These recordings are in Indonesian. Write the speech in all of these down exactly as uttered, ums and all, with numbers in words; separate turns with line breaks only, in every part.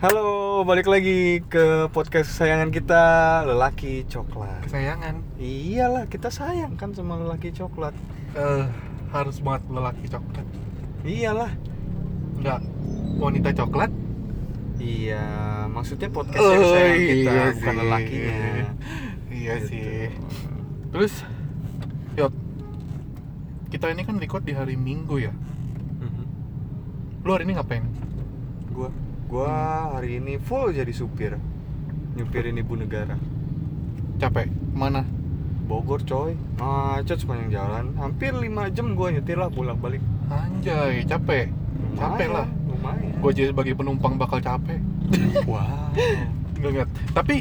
Halo, balik lagi ke podcast kesayangan kita, Lelaki Coklat.
Kesayangan?
Iyalah, kita sayang kan sama Lelaki Coklat.
Eh, harus banget lelaki coklat.
Iyalah.
Enggak wanita coklat?
Iya, maksudnya podcastnya kesayangan kita,
iya
bukan
sih.
lelakinya.
Iya
Gitu.
sih. Terus, Yot, kita ini kan record di hari Minggu ya.
Mhm.
Lu hari ini ngapain?
Gua, gua hari ini full jadi supir, nyupirin ibu negara.
Capek? Mana?
Bogor coy, macet sepanjang jalan, hampir lima jam gua nyetir lah bolak-balik.
Anjay, capek. Capek lah.
Lumayan.
Gue jadi sebagai penumpang bakal capek.
Wow.
Enggak, enggak. Tapi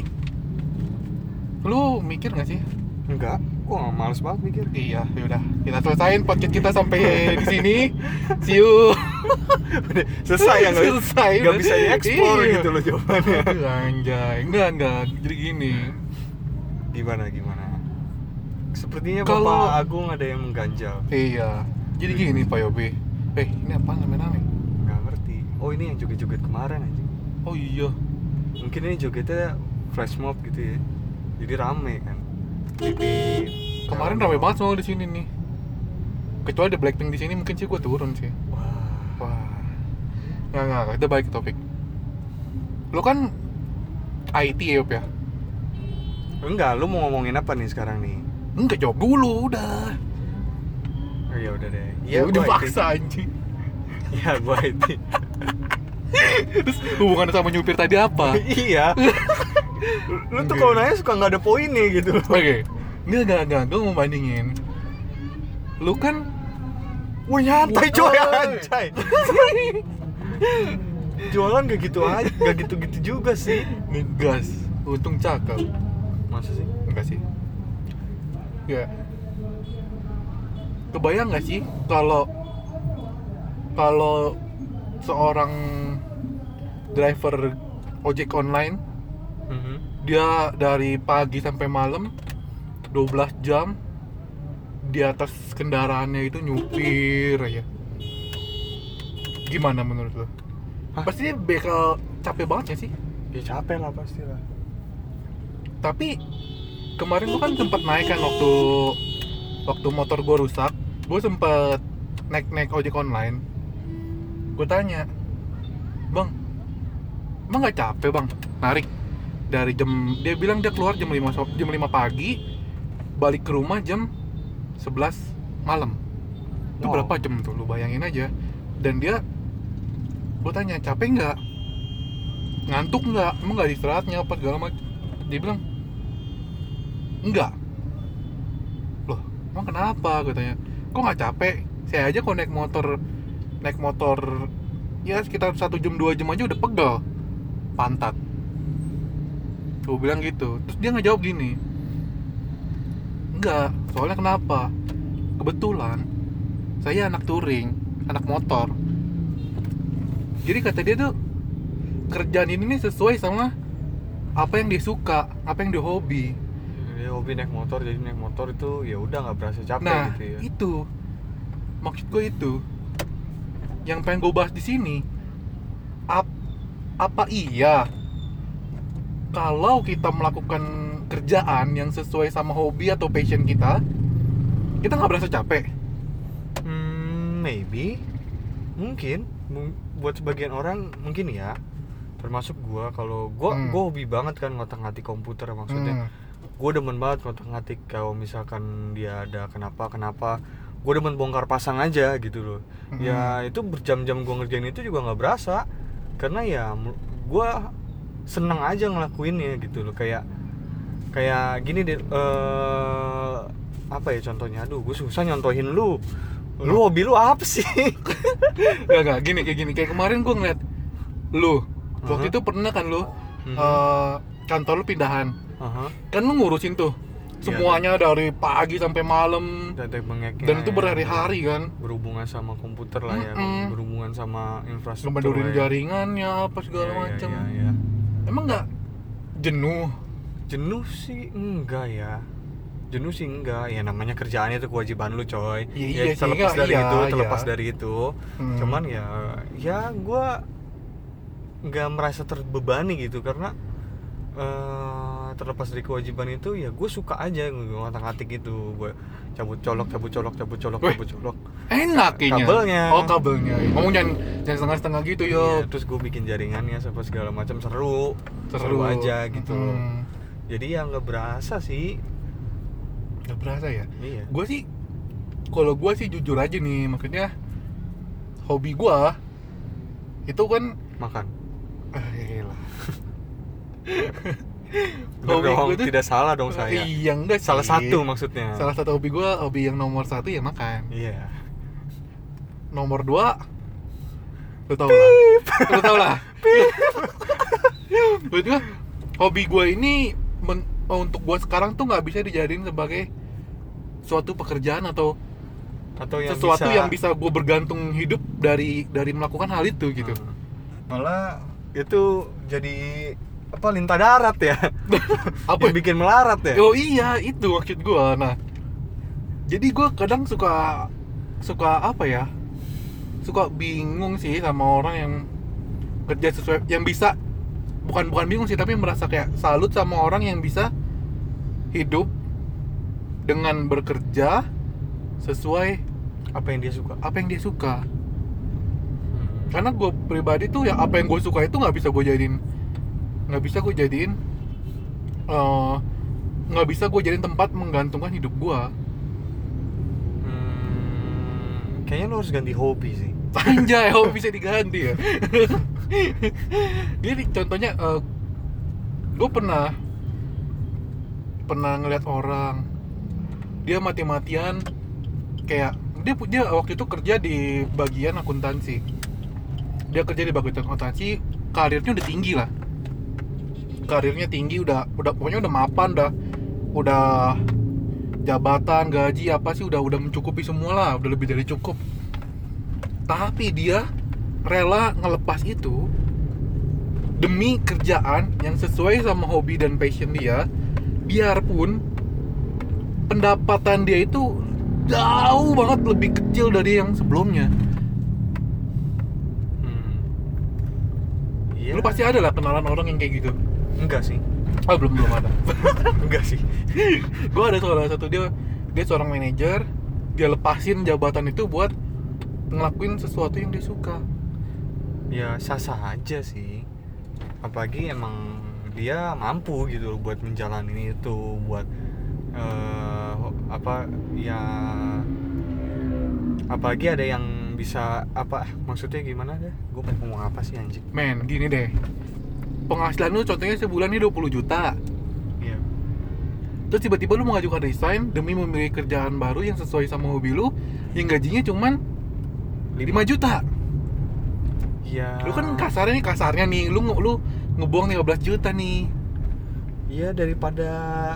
lu mikir nggak sih?
Enggak, gua nggak males banget mikir.
Iya, yaudah. Kita selesain podcast kita sampai di sini. See you.
Udah selesai ya, nggak
Selesai.
nggak bisa dieksplor
Iya.
gitu loh jawabannya.
Aduh, anjay. Enggak, enggak. Jadi gini.
Gimana gimana? Sepertinya
Kalau-
Bapak Agung ada yang mengganjal.
Iya. Jadi gini Pak Yobi. Eh, ini apa namanya?
Nggak ngerti. Oh ini yang joget-joget kemarin aja.
Oh iya.
Mungkin ini jogetnya flash mob gitu ya. Jadi rame kan. Jadi
Kemarin ramai banget semua di sini nih. Kecuali ada Blackpink di sini mungkin sih gue turun sih.
Wah.
Wah. Enggak, enggak. Kita balik ke topik. Lu kan I T ya, Yob ya?
Enggak, lu mau ngomongin apa nih sekarang nih?
Enggak, jawab dulu, udah.
Oh ya udah deh.
Ya
Iya,
udah
gua I T.
paksa anjing.
Iya, gua I T.
Terus hubungannya sama nyupir tadi apa?
Iya. Lu tuh kalau nanya suka nggak ada poinnya gitu.
Oke. Enggak, enggak, enggak. Gue mau bandingin. Lu kan
Wah nyantai
Wah,
coy,
oi.
anjay. Jualan gak gitu aja, gak gitu-gitu juga sih.
ngegas. Untung cakep.
Masa sih?
Enggak sih? Ya. Kebayang nggak sih kalau kalau seorang driver ojek online
Mhm.
dia dari pagi sampai malam dua belas jam di atas kendaraannya itu nyupir aja. Gimana menurut lo?
Hah?
Pasti dia bakal capek banget ya sih?
Ya capek lah pasti lah.
Tapi kemarin gua kan sempat naik kan waktu waktu motor gua rusak, gua sempet naik-naik ojek online. Gua tanya, "Bang, emang nggak capek bang narik dari jam?" Dia bilang dia keluar jam lima so- jam lima pagi, balik ke rumah jam sebelas malam. Itu
Wow.
berapa jam tuh? Lu bayangin aja. Dan dia, gua tanya, "Capek nggak? Ngantuk nggak? Emang nggak ada istirahatnya apa segala macam?" Dia bilang, "Enggak." Loh, emang kenapa? Gue tanya. Kok nggak capek? Saya aja kalau naik motor naik motor ya sekitar satu jam dua jam aja udah pegel pantat. Gue bilang gitu. Terus dia ngejawab gini, "Enggak, soalnya kenapa? Kebetulan saya anak touring, anak motor. Jadi kata dia tuh kerjaan ini nih sesuai sama apa yang dia suka, apa yang dia hobi."
Dia hobi naik motor, jadi naik motor itu ya udah nggak berasa capek
Nah,
gitu ya.
itu maksud gue itu yang pengen gue bahas di sini. Ap, apa iya kalau kita melakukan kerjaan yang sesuai sama hobi atau passion kita, kita nggak berasa capek?
Hmm, maybe, mungkin, Mung- buat sebagian orang mungkin ya. Termasuk gua, kalau gua,
Hmm.
gua hobi banget kan ngotak-ngatik komputer maksudnya.
Hmm.
Gue demen banget ngotak-ngatik kalau misalkan dia ada kenapa-kenapa, gue demen bongkar pasang aja gitu loh.
Hmm.
Ya itu berjam-jam gue ngerjain itu juga nggak berasa, karena ya gue seneng aja ngelakuinnya gitu loh. Kayak kayak gini deh, eh, apa ya contohnya? Aduh, gue susah nyontohin lu. Lu hobi lu apa sih?
Nggak, nggak, gini kayak gini kayak kemarin gue ngeliat lu waktu
Mhm.
itu pernah kan lu
Mhm.
eh, kantor lu pindahan,
Aha.
kan lu ngurusin tuh
Iya,
semuanya dari pagi sampai malam.
Tetek bengeknya.
Dan itu
ya,
berhari-hari kan,
berhubungan sama komputer lah ya,
Mm-mm.
berhubungan sama infrastruktur.
ngebenerin
lah ya.
jaringannya apa segala
Iya, iya,
macam.
iya, iya.
Emang nggak jenuh?
Jenuh sih enggak ya. Jenuh sih enggak. Ya namanya kerjaannya itu kewajiban lu, coy.
Iya,
Ya,
iya sih,
terlepas
enggak,
dari
iya,
itu, terlepas
iya.
dari itu.
Hmm.
Cuman ya ya gua nggak merasa terbebani gitu, karena uh, terlepas dari kewajiban itu ya gue suka aja ngotak-ngatik gitu, gue cabut colok cabut colok cabut colok
Weh,
cabut colok
enak kayaknya.
kabelnya.
Oh kabelnya, ngomong jangan jangan setengah-setengah gitu yo.
Iya, terus gue bikin jaringannya apa segala macam, seru seru, seru aja gitu
hmm.
loh. Jadi ya nggak berasa sih,
nggak berasa ya.
Iya.
Gue sih, kalau gue sih jujur aja nih, maksudnya hobi gue itu kan
makan.
Ah, iyalah.
Hobi dong,
gue tuh,
tidak salah dong saya.
Iya enggak sih.
Salah satu maksudnya.
Salah satu hobi gue, hobi yang nomor satu ya makan.
Iya.
Nomor dua, lu tau lah. Lu tau lah. Menurut gue, hobi gue ini men- untuk gue sekarang tuh nggak bisa dijadiin sebagai suatu pekerjaan atau
atau yang
sesuatu
bisa...
yang bisa gue bergantung hidup dari dari melakukan hal itu gitu.
Hmm. Malah itu jadi apa, lintah darat ya.
Apa
yang bikin melarat ya.
Oh iya, itu maksud gue. Nah, jadi gue kadang suka suka apa ya, suka bingung sih sama orang yang kerja sesuai, yang bisa, bukan bukan bingung sih, tapi merasa kayak salut sama orang yang bisa hidup dengan bekerja sesuai
apa yang dia suka.
apa yang dia suka.
Hmm.
Karena gue pribadi tuh ya, apa yang gue suka itu nggak bisa gue jadiin nggak bisa gue jadiin uh, nggak bisa gue jadiin tempat menggantungkan hidup gue.
Hmm, kayaknya lo harus ganti hobi sih.
Anjay, hobi bisa diganti ya. Jadi contohnya, uh, gue pernah pernah ngeliat orang, dia mati-matian kayak dia dia waktu itu kerja di bagian akuntansi. Dia kerja di bagian akuntansi, karirnya udah tinggi lah. Karirnya tinggi, udah udah pokoknya udah mapan, udah udah jabatan, gaji apa sih udah udah mencukupi semua lah, udah lebih dari cukup. Tapi dia rela ngelepas itu demi kerjaan yang sesuai sama hobi dan passion dia, biarpun pendapatan dia itu jauh banget lebih kecil dari yang sebelumnya.
Hmm. Iya.
Lu pasti ada lah kenalan orang yang kayak gitu.
Enggak sih.
Oh belum belum ada.
Enggak sih.
Gue ada salah satu, dia dia seorang manajer, dia lepasin jabatan itu buat ngelakuin sesuatu yang dia suka.
Ya sah-sah aja sih. Apalagi emang dia mampu gitu loh buat menjalani itu, buat uh, apa ya, apalagi ada yang bisa apa, maksudnya gimana deh, gue mau ngomong apa sih anjing.
Men, gini deh, penghasilan lu contohnya sebulan ini dua puluh juta.
Iya.
Terus tiba-tiba lu mengajukan resign demi memiliki kerjaan baru yang sesuai sama hobi lu, yang gajinya cuman lima juta.
Iya.
Lu kan kasarnya nih, kasarnya nih, lu lu ngebuang lima belas juta nih.
Iya, daripada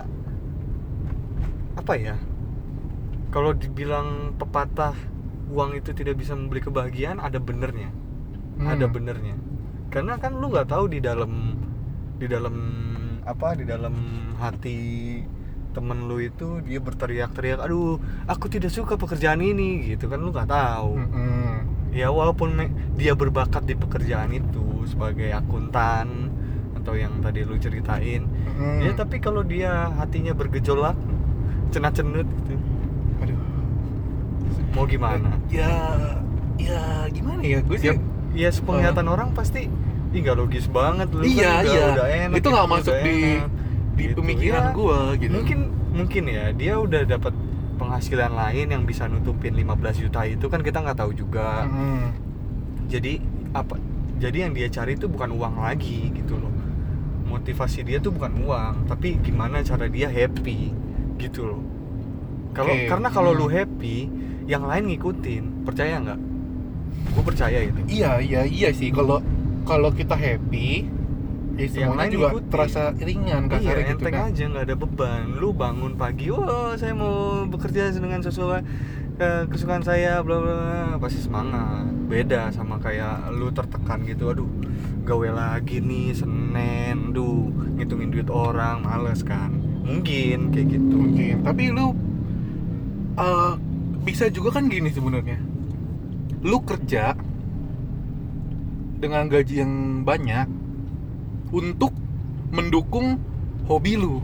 apa ya? Kalau dibilang pepatah uang itu tidak bisa membeli kebahagiaan, ada benernya. Hmm. Ada benernya. Karena kan lu nggak tahu di dalam di dalam apa di dalam hati temen lu itu dia berteriak-teriak, aduh aku tidak suka pekerjaan ini gitu kan, lu nggak tahu.
Mm-hmm.
Ya walaupun me- dia berbakat di pekerjaan itu sebagai akuntan atau yang tadi lu ceritain, mm-hmm. ya tapi kalau dia hatinya bergejolak, cenat-cenut gitu,
aduh,
mau gimana?
Ya, ya gimana ya, gue sih.
Ya, ya sepenglihatan uh. orang pasti, ih nggak logis banget lu.
Iya,
kan udah,
iya.
Udah enak,
itu nggak masuk di
enak,
di
gitu.
pemikiran ya, gue gitu.
Mungkin mungkin ya dia udah dapat penghasilan lain yang bisa nutupin lima belas juta itu kan, kita nggak tahu juga. Mm-hmm. Jadi apa? Jadi yang dia cari itu bukan uang lagi gitu loh. Motivasi dia tuh bukan uang, tapi gimana cara dia happy gitu loh. Kalau okay. Karena kalau hmm. lu happy, yang lain ngikutin. Percaya nggak? Gue percaya itu.
Iya iya iya sih. Kalau kalau kita happy, ya semuanya juga ikuti. Terasa ringan kasarnya
iya,
gitu
enteng
kan.
aja, nggak ada beban. Lu bangun pagi, wah saya mau bekerja dengan sesuai eh, kesukaan saya, bla bla, pasti semangat. Beda sama kayak lu tertekan gitu, aduh gawe lagi nih Senin, duh ngitungin duit orang, males kan. Mungkin kayak gitu.
Mungkin. Tapi lu uh, bisa juga kan gini sebenarnya. Lu kerja dengan gaji yang banyak untuk mendukung hobi lu?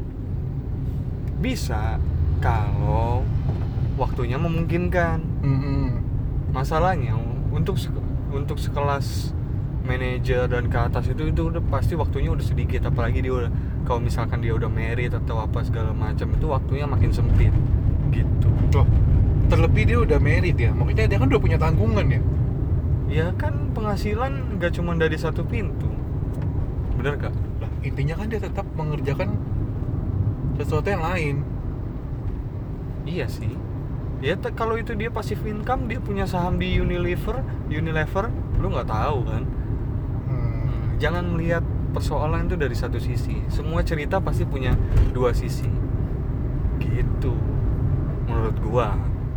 Bisa kalau waktunya memungkinkan.
Mm-hmm.
Masalahnya untuk sek- untuk sekelas manajer dan ke atas itu itu udah pasti waktunya udah sedikit, apalagi dia udah kalau misalkan dia udah married atau apa segala macam itu waktunya makin sempit gitu.
Loh, terlebih dia udah married ya, makanya dia kan udah punya tanggungan ya.
Ya kan penghasilan nggak cuma dari satu pintu, bener gak?
Lah, intinya kan dia tetap mengerjakan sesuatu yang lain.
Iya sih. Ya te- kalau itu dia passive income, dia punya saham di Unilever, Unilever, lu nggak tahu kan?
Hmm.
Jangan melihat persoalan itu dari satu sisi. Semua cerita pasti punya dua sisi. Gitu. Menurut gua.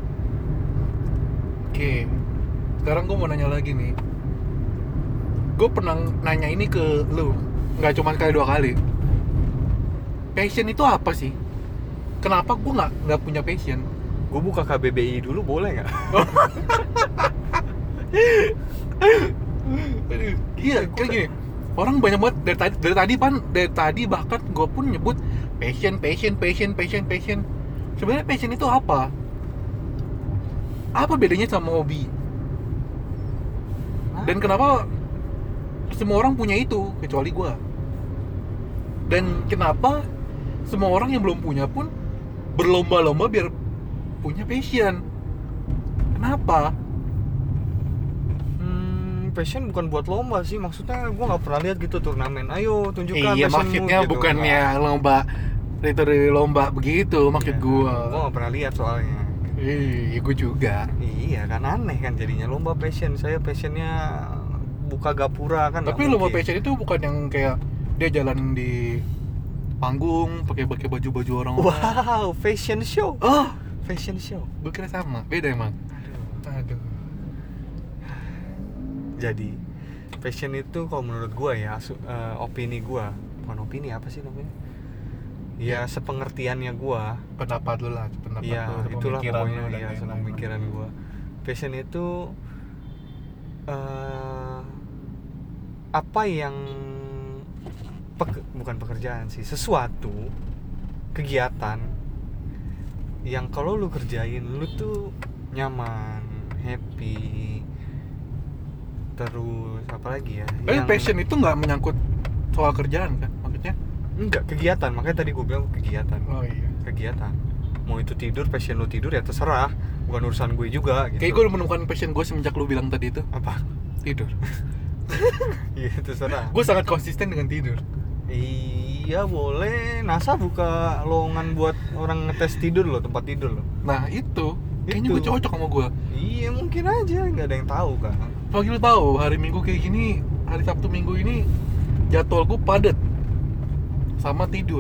Oke. Sekarang gue mau nanya lagi nih. Gue pernah nanya ini ke lu, nggak cuma kali dua kali. Passion itu apa sih? Kenapa gue nggak nggak punya passion?
Gua buka K B B I dulu boleh nggak?
Iya, kayak gini. Orang banyak banget dari tadi, dari tadi pan, dari tadi bahkan gue pun nyebut passion, passion, passion, passion, passion. Sebenarnya passion itu apa? Apa bedanya sama hobi? Dan kenapa semua orang punya itu kecuali gue? Dan kenapa semua orang yang belum punya pun berlomba-lomba biar punya passion? Kenapa?
Hmm, passion bukan buat lomba sih, maksudnya gue nggak pernah lihat gitu turnamen. Ayo tunjukkan
Iya,
passionmu
maksudnya
gitu.
bukannya
Nggak.
lomba literally lomba begitu maksud
Iya,
gua.
Gue nggak pernah lihat soalnya.
Iya, gua juga.
Iya kan aneh kan jadinya lomba passion. Saya passionnya buka gapura kan.
Tapi
nggak
lomba
mungkin.
passion itu bukan yang kayak dia jalan di panggung pakai pakai baju-baju orang.
Wow, fashion show.
Oh,
Fashion show.
gua kira sama. Beda emang. Aduh.
Jadi fashion itu kalau menurut gue ya, su- eh, opini gue, bukan opini apa sih namanya? Ya sepengertiannya gue.
Pendapat lu lah, pendapat
Iya,
lu,
itulah
pemikiran
pokoknya
lu dan
ya
lain-lain.
pemikiran gue. Fashion itu eh apa yang peke- bukan pekerjaan sih, sesuatu kegiatan yang kalau lu kerjain lu tuh nyaman, happy, terus apa lagi ya?
Tapi
Yang-
passion itu nggak menyangkut soal kerjaan kan? Maksudnya?
enggak, kegiatan, makanya tadi gue bilang kegiatan.
Oh iya.
Kegiatan. Mau itu tidur, passion lu tidur ya terserah, bukan urusan gue juga gitu.
Kayak gue menemukan passion gue semenjak lu bilang tadi itu
apa?
tidur.
Iya terserah.
Gue sangat konsisten dengan tidur.
Iya boleh. NASA buka lowongan buat orang ngetes tidur loh, tempat tidur loh.
Nah itu, kayaknya
Itu.
gue cocok sama gue.
Iya mungkin aja, nggak ada yang tahu kan.
Apalagi lu tahu hari Minggu kayak gini, hari Sabtu Minggu ini jadwal gue padat sama tidur.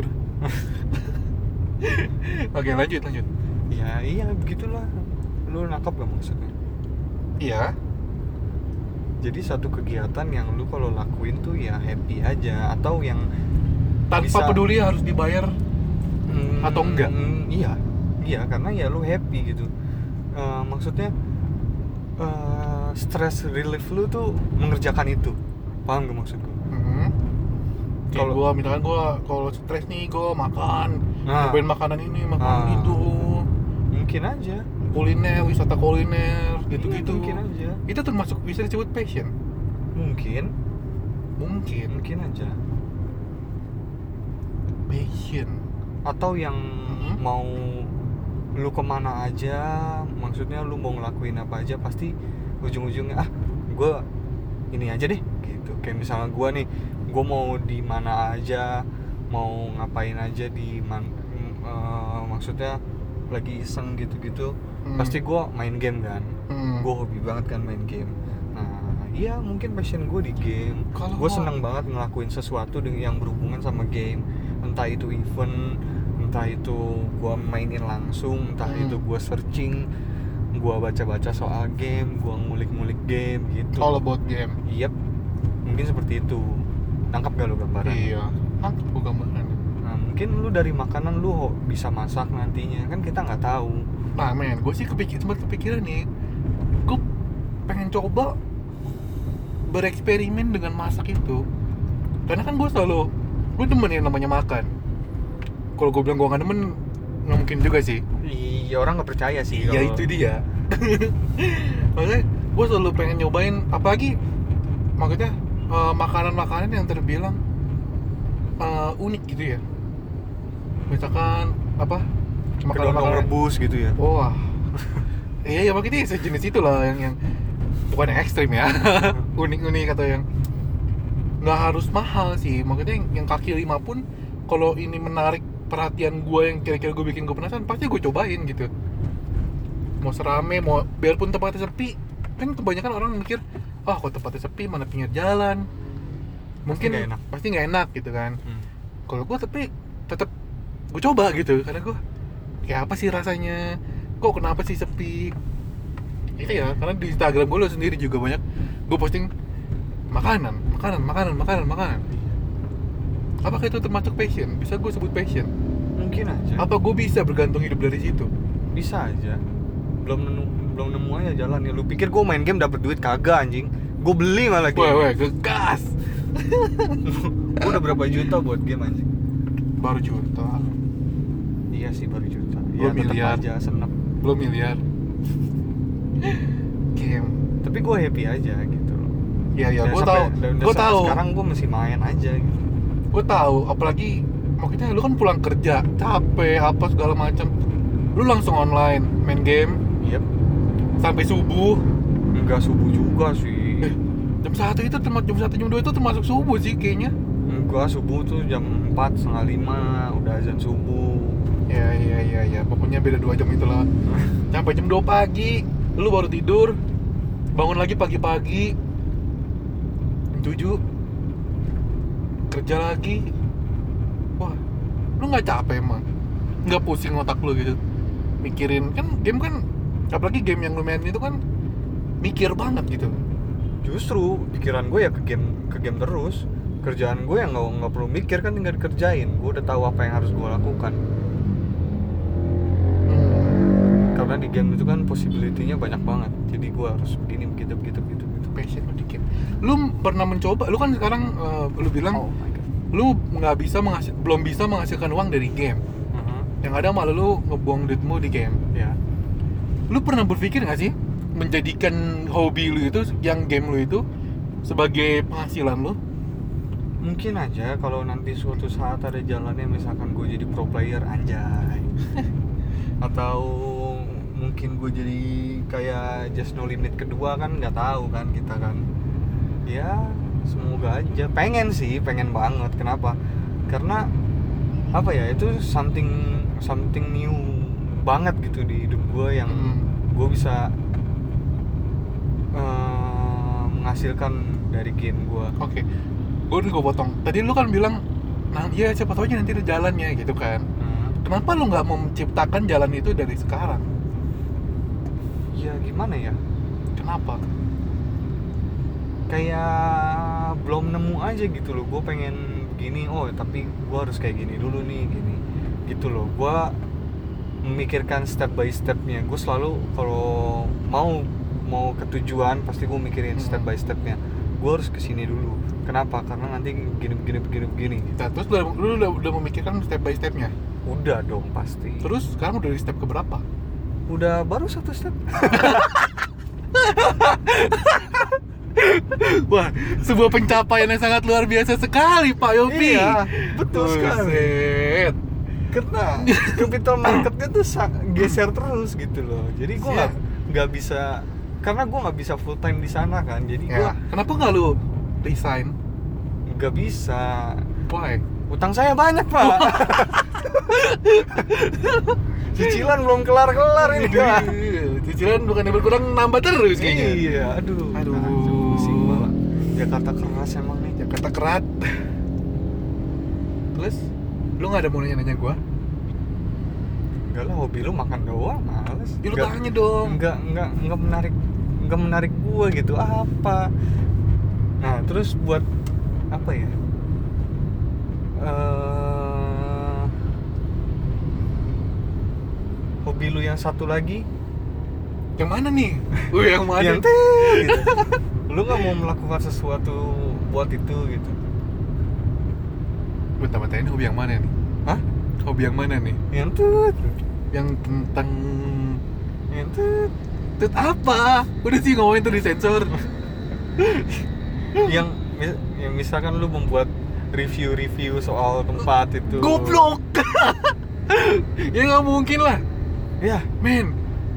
Oke lanjut lanjut.
Ya iya begitulah. Lu nangkap gak maksudnya?
Iya.
Jadi satu kegiatan yang lu kalau lakuin tuh ya happy aja, atau yang
Tanpa
bisa-
peduli harus dibayar.
Hmm,
Atau enggak?
Iya, iya karena ya lu happy gitu. Eh, maksudnya eh, stress relief lu tuh mengerjakan itu, paham gak maksud gue?
Hmm. Kalau
Kalau-
gue misalkan gue kalau stres nih gue makan,
Nah.
cobain makanan ini, makanan
Ah.
itu,
Mungkin aja,
kuliner, wisata kuliner, gitu-gitu.
Iya, mungkin aja,
Itu termasuk bisa disebut passion.
mungkin,
Mungkin.
mungkin aja.
Passion.
Atau yang
Mhm.
mau lu kemana aja, maksudnya lu mau ngelakuin apa aja pasti ujung-ujungnya ah gue ini aja deh gitu. Kayak misalnya gue nih, gue mau di mana aja, mau ngapain aja di man, eh, maksudnya lagi iseng gitu-gitu,
Hmm.
pasti gue main game kan.
Hmm.
Gue hobi banget kan main game. Nah iya mungkin passion gue di game.
Kalau-
Gue seneng banget ngelakuin sesuatu dengan yang berhubungan sama game, entah itu event, entah itu gue mainin langsung, entah
Hmm.
itu gue searching, gue baca-baca soal game, gue ngulik-ngulik game gitu.
All about game.
Yep, mungkin seperti itu. Tangkap gak lu gambaran?
Iya. Tangkap gue gambaran.
Nah mungkin lu dari makanan lu ho- bisa masak nantinya, kan kita nggak tahu.
Nah men, gue sih kepikir, sempat kepikiran nih, gue pengen coba bereksperimen dengan masak itu. Karena kan gue selalu, gue demen yang namanya makan. Kalau gue bilang gue nggak demen, nggak mungkin juga sih.
Iya, orang nggak percaya sih.
Iya
kalau-
itu dia. Makanya gue selalu pengen nyobain, apalagi maksudnya uh, makanan-makanan yang terbilang uh, unik gitu ya. Misalkan apa?
kedondong rebus gitu ya.
Wah. Iya ya makanya sejenis itu lah yang yang bukan yang ekstrim ya. Unik-unik atau yang nggak harus mahal sih. Makanya yang, yang kaki lima pun kalau ini menarik perhatian gue yang kira-kira gue bikin gue penasaran, pasti gue cobain gitu. Mau serame, mau biarpun tempatnya sepi, kan kebanyakan orang mikir, ah oh, kok tempatnya sepi, mana pinggir jalan, mungkin
nggak enak.
pasti nggak enak gitu kan.
Hmm.
Kalau gue tapi tetap gue coba gitu, karena gue kayak apa sih rasanya, kok kenapa sih sepi, itu ya. Karena di Instagram gue sendiri juga banyak gue posting makanan, makanan, makanan, makanan, makanan. Apakah itu termasuk passion? Bisa gue sebut passion?
Mungkin aja.
Apa gue bisa bergantung hidup dari situ?
Bisa aja. Belum nemu, belum nemu aja jalannya. Lu pikir gue main game dapat duit kagak anjing? Gue beli malah game.
Weh, weh, gegas.
Gue udah berapa juta buat game anjing?
Baru juta,
Iya sih baru juta.
Belum
Ya tetap
miliar.
aja senep.
belum miliar. Game.
Tapi gue happy aja gitu loh.
Ya ya,
Dan
gue
sampai-
tahu.
dan udah
Gue
sampai
tahu.
Sekarang gue masih main aja gitu.
Gue tahu. Apalagi maksudnya lu kan pulang kerja, capek, apa segala macam. Lu langsung online main game
Yep.
sampai subuh.
Enggak subuh juga sih.
Eh, jam satu itu termasuk jam satu jam dua itu termasuk subuh sih kayaknya.
Enggak, subuh tuh jam empat setengah lima udah azan subuh.
Ya ya ya ya, pokoknya beda dua jam itulah. Sampai jam dua pagi, lu baru tidur, bangun lagi pagi-pagi, jam tujuh, kerja lagi. Wah, lu nggak capek emang? Nggak pusing otak lu gitu? Mikirin, kan game kan, apalagi game yang lu main itu kan mikir banget gitu.
Justru pikiran gue ya ke game ke game terus. Kerjaan gue yang nggak nggak perlu mikir kan, tinggal dikerjain. Gue udah tahu apa yang harus gue lakukan.
Hmm,
Karena di game itu kan possibility-nya banyak banget. Jadi gue harus begini begitu begitu begitu begitu.
passion lu dikit. Lu pernah mencoba, lu kan sekarang uh, lu bilang
Oh my god.
lu nggak bisa menghasil, belum bisa menghasilkan uang dari game.
Uh-huh.
Yang ada malah lu ngebuang duitmu di game.
Ya.
Lu pernah berpikir nggak sih menjadikan hobi lu itu, yang game lu itu, sebagai penghasilan lu?
Mungkin aja kalau nanti suatu saat ada jalannya, misalkan gue jadi pro player anjay. Atau mungkin gue jadi kayak Just No Limit kedua kan, nggak tahu kan kita kan. Ya semoga aja. Pengen sih, pengen banget. Kenapa? Karena apa ya, itu something something new banget gitu di hidup gue, yang
Hmm.
gue bisa uh, menghasilkan dari game gue.
Oke, gue udah gue potong. Tadi lu kan bilang, nah iya siapa tahu aja nanti ada jalannya gitu kan.
Hmm.
Kenapa lu nggak mau menciptakan jalan itu dari sekarang?
Ya gimana ya?
Kenapa?
Kayak belum nemu aja gitu loh. Gue pengen gini, oh tapi gue harus kayak gini dulu nih, gini gitu loh. Gue memikirkan step by stepnya. Gue selalu kalau mau mau ke tujuan pasti gue mikirin step by stepnya. Gue harus kesini dulu. Kenapa? Karena nanti gini begini begini begini.
Nah, terus lu, lu udah, udah memikirkan step by stepnya.
Udah dong pasti.
Terus sekarang udah di step keberapa?
Udah baru satu step.
Wah, sebuah pencapaian yang sangat luar biasa sekali Pak Yopi.
Iya, betul sekali.
Buset.
Karena capital marketnya tuh sa- geser terus gitu loh. Jadi gue nggak nggak bisa, karena gue nggak bisa full time di sana kan. Jadi gue
Ya, kenapa nggak lu resign?
nggak bisa.
Why?
Utang saya banyak pak. Cicilan belum kelar kelar ini pak.
Cicilan bukannya berkurang, nambah terus kayaknya.
Iya, aduh.
Aduh.
Pusing banget. Jakarta keras emang nih.
Jakarta kerat. Terus, lu nggak ada mau nanya-nanya gua?
Enggak lah, hobi lu makan doang, males.
Ya, lu
Nggak-
tanya dong.
Enggak, enggak, enggak menarik, enggak menarik gua gitu. Apa? Nah, terus buat apa ya? Eh, hobi lu yang satu lagi?
Yang mana nih? Wih, yang mana?
Yang teh, gitu. lu nggak mau melakukan sesuatu buat itu gitu.
Bentar-bentar, ini hobi yang mana nih?
Hah?
Hobi yang mana nih?
Yang tut,
Yang tentang...
yang tut,
Tut apa? Udah sih ngomongin tuh disensor.
yang mis- yang misalkan lu membuat review-review soal tempat itu.
Goblok. Ya nggak mungkin lah,
Ya,
men.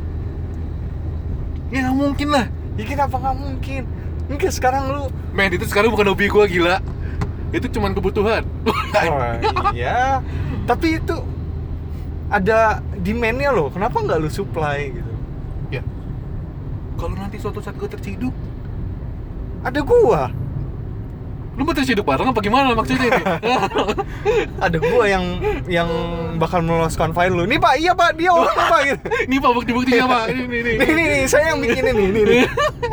Ya nggak mungkin lah.
ya kenapa nggak mungkin? Enggak, sekarang lu.
Men, itu sekarang bukan hobi gua, gila. Itu cuman kebutuhan.
Oh, iya. Tapi itu ada demand-nya loh. Kenapa nggak lu supply gitu?
Ya. Kalau nanti suatu saat gua terciduk,
Ada gua.
lu mau terciduk bareng apa gimana maksudnya ini?
Ada gua yang yang bakal meloloskan file lu. Nih Pak, iya Pak, dia orang Pak gitu.
Ini Pak, bukti-buktinya Pak. Ini nih.
Nih nih nih, saya yang bikin ini nih. nih.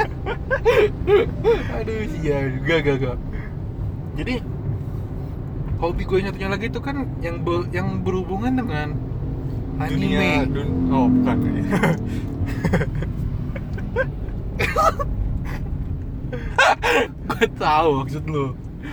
Aduh, iya, gak gak gak. Jadi hobi gue yang satunya lagi itu kan yang be- yang berhubungan dengan
Dunia
anime.
dun- oh, bukan.
Gue tahu maksud lu.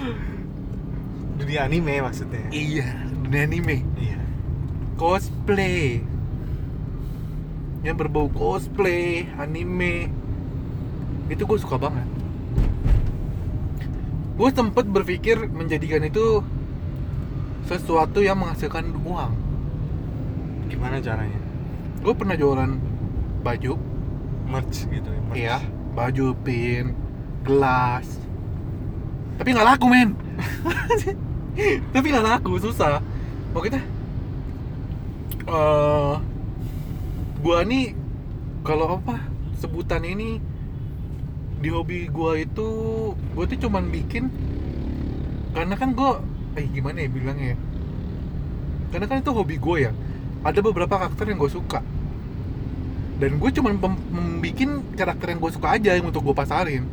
Dunia anime maksudnya.
Iya, dunia anime.
Iya.
Cosplay. Yang berbau cosplay, anime. Itu gue suka banget. Gue sempet berpikir menjadikan itu sesuatu yang menghasilkan uang.
Gimana caranya?
Gue pernah jualan baju,
Merch gitu ya. Merch.
iya, baju, pin, gelas. Tapi nggak laku, men. Tapi nggak laku, susah. Pokoknya, uh, gua nih kalau apa sebutan ini di hobi gua itu, gua tuh cuman bikin karena kan gua, eh gimana ya bilangnya ya? Karena kan itu hobi gua ya. Ada beberapa karakter yang gua suka. Dan gue cuma membuat karakter yang gue suka aja yang untuk gue pasarin.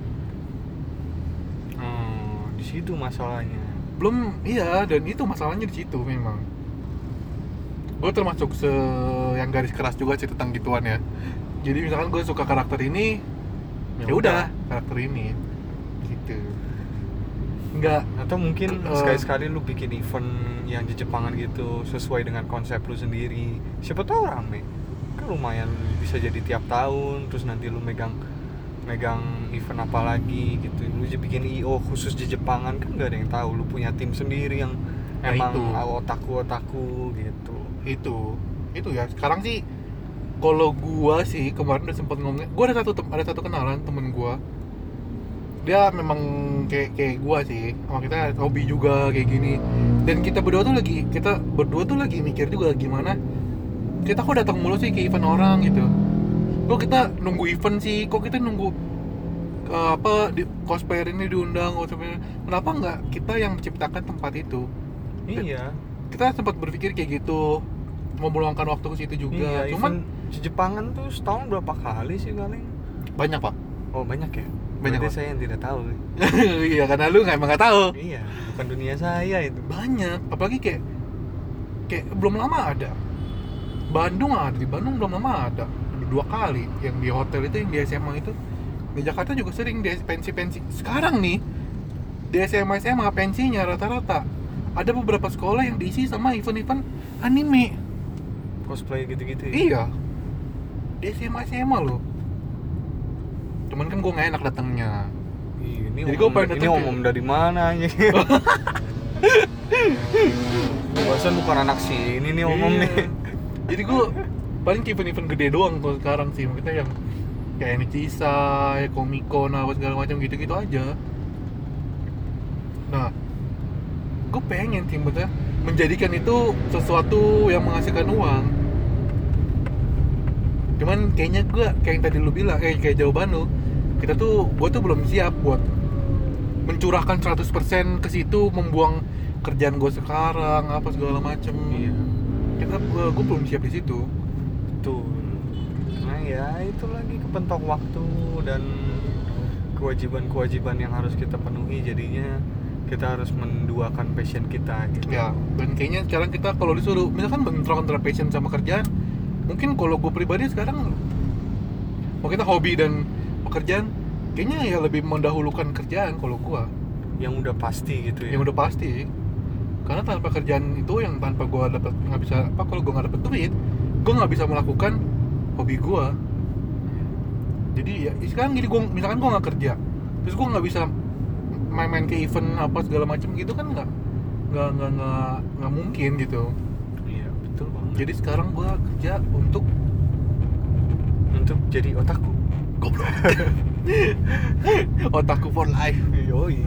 Oh, di situ masalahnya.
Belum, iya, dan itu masalahnya di situ memang. Gue termasuk se yang garis keras juga sih tentang gituan ya. Jadi misalkan gue suka karakter ini, ya udah karakter ini, gitu. Enggak.
Atau mungkin
Uh,
sekali-sekali lu bikin event yang di Jepangan gitu sesuai dengan konsep lu sendiri. Siapa tahu rame. Kan lumayan bisa jadi tiap tahun, terus nanti lu megang megang event apa lagi gitu. Lu jadi bikin I O khusus di Jepangan, kan nggak ada yang tahu. Lu punya tim sendiri yang
Nah,
emang
itu.
otaku-otaku gitu.
Itu, itu ya. Sekarang sih, kalau gua sih kemarin udah sempet ngomongin, gua ada satu tem- ada satu kenalan temen gua. Dia memang kayak kayak gua sih, sama kita hobi juga kayak gini. Dan kita berdua tuh lagi, kita berdua tuh lagi mikir juga gimana kita kok datang mulu sih ke event orang gitu. Kok kita nunggu event sih, kok kita nunggu uh, apa di, cosplayer ini diundang, cosplayer. Kenapa nggak kita yang menciptakan tempat itu?
Iya.
Kita sempat berpikir kayak gitu, mau meluangkan waktu ke situ juga.
Iya,
Cuman
event di Jepangan tuh setahun berapa kali sih paling?
banyak pak.
Oh, banyak ya?
Banyak,
Berarti
Pak.
saya yang tidak tahu.
Iya, karena lu nggak emang nggak tahu.
Iya, bukan dunia saya itu.
Banyak, apalagi kayak kayak belum lama ada. Bandung ada, di Bandung belum lama ada. Udah dua kali yang di hotel itu, yang di S M A itu. Di Jakarta juga sering di pensi-pensi. Sekarang nih di S M A S M A pensinya rata-rata ada beberapa sekolah yang diisi sama event-event anime.
Cosplay gitu-gitu ya?
Iya. Di S M A S M A loh. Cuman kan gue nggak enak datangnya.
Ih, ini
Jadi
omong,
gua pengen
ini
datang ke-
omong dari mana aja? Bosan bukan anak sini nih omong
Iya.
nih.
Jadi gue paling ke event-event gede doang kalau sekarang sih, maksudnya yang kayak Nikisa, ya Comic-Con, apa segala macam gitu-gitu aja. Nah, gue pengen sih maksudnya menjadikan itu sesuatu yang menghasilkan uang. Cuman kayaknya gue kayak yang tadi lu bilang, eh kayak jawaban lu, kita tuh, gue tuh belum siap buat mencurahkan seratus persen ke situ, membuang kerjaan gue sekarang, apa segala macem.
Iya,
Kita, gue, gue belum siap di situ.
betul. Nah ya itu lagi kepentok waktu dan kewajiban-kewajiban yang harus kita penuhi, jadinya kita harus menduakan passion kita gitu.
Ya, dan kayaknya sekarang kita kalau disuruh, misalkan bentrok antara passion sama kerjaan, mungkin kalau gue pribadi sekarang, mau kita hobi dan pekerjaan, kayaknya ya lebih mendahulukan kerjaan kalau gua.
Yang udah pasti gitu ya.
Yang udah pasti. Karena tanpa kerjaan itu yang tanpa gua dapat nggak bisa apa kalau gua nggak dapet duit, gua nggak bisa melakukan hobi gua. Jadi ya sekarang gini, gua misalkan gua nggak kerja, terus gua nggak bisa main-main ke event apa segala macam gitu kan nggak nggak nggak nggak nggak mungkin gitu.
Iya, betul banget.
Jadi sekarang gua kerja untuk
Untuk jadi otaku.
goblok. Otaku for life.
Yoi.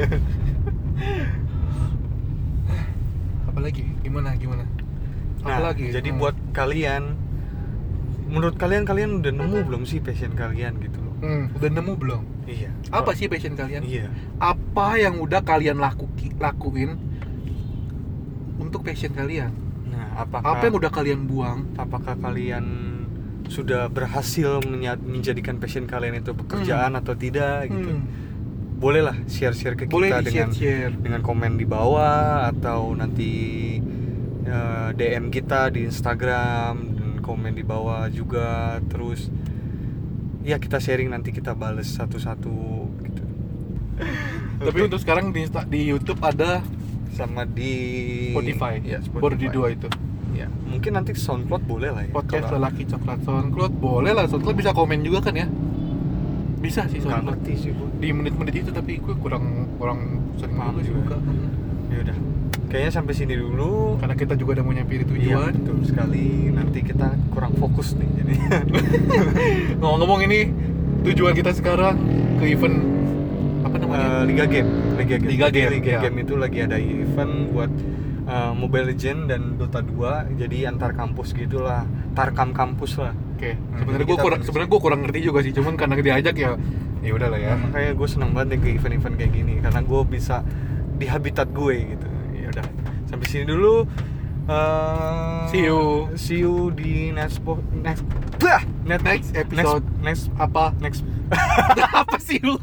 Apalagi gimana gimana?
Nah,
Apalagi?
jadi
Hmm.
buat kalian, menurut kalian kalian udah nemu belum sih passion kalian gitu loh?
Hmm, udah nemu belum?
Iya.
Apa sih passion kalian?
Iya.
Apa yang udah kalian laku, lakuin untuk passion kalian?
Nah, apakah
Apa yang udah kalian buang?
apakah kalian sudah berhasil menya- menjadikan passion kalian itu pekerjaan atau tidak gitu?
Hmm.
Bolehlah share-share ke
Boleh
kita
di
dengan
share-share.
dengan komen di bawah atau nanti eh, D M kita di Instagram dan komen di bawah juga, terus ya kita sharing, nanti kita bales satu-satu gitu.
Tapi
Oke.
untuk sekarang di, Insta- di YouTube ada
Sama di
Spotify.
ya, Spotify.
Baru di dua itu.
Ya, mungkin nanti SoundCloud boleh lah ya.
Podcast
Kalau-
Lelaki Coklat SoundCloud boleh lah. SoundCloud bisa komen juga kan ya? Bisa sih
nggak
SoundCloud.
ngerti sih bu.
Di menit-menit itu tapi gue kurang kurang sering
Paham
juga sih
juga.
buka.
Ya udah, kayaknya sampai sini dulu.
Karena kita juga udah mau nyampe di
Iya,
tujuan.
betul sekali. Nanti kita kurang fokus nih jadi.
Ngomong-ngomong ini tujuan kita sekarang ke event apa namanya?
Eh, Liga Game, Liga Game.
Liga
Jadi
Game,
Liga
ya.
Game itu lagi ada event buat eh, Mobile Legends dan Dota dua. Jadi antar kampus gitulah, tarkam kampus lah.
Oke.
Nah,
Sebenarnya
jadi
gue
kita
kurang
pergi
sebenarnya gue kurang ngerti juga sih. Cuman karena diajak ya ya udahlah ya.
Ya, makanya gue senang banget nih ke event-event kayak gini karena gue bisa di habitat gue gitu. Ya udah, sampai sini dulu. Eh,
See you.
See you di next po- next bah, net,
Next episode.
next
Apa?
next,
Apa sih lu?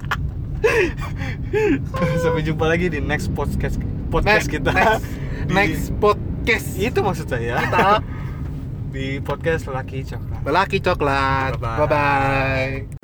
next. Sampai jumpa lagi di next podcast podcast
Next,
kita.
next,
Di-
next podcast.
Itu maksud saya.
Kita
Di podcast Lelaki Coklat.
Lelaki Coklat.
Bye-bye.
Bye bye.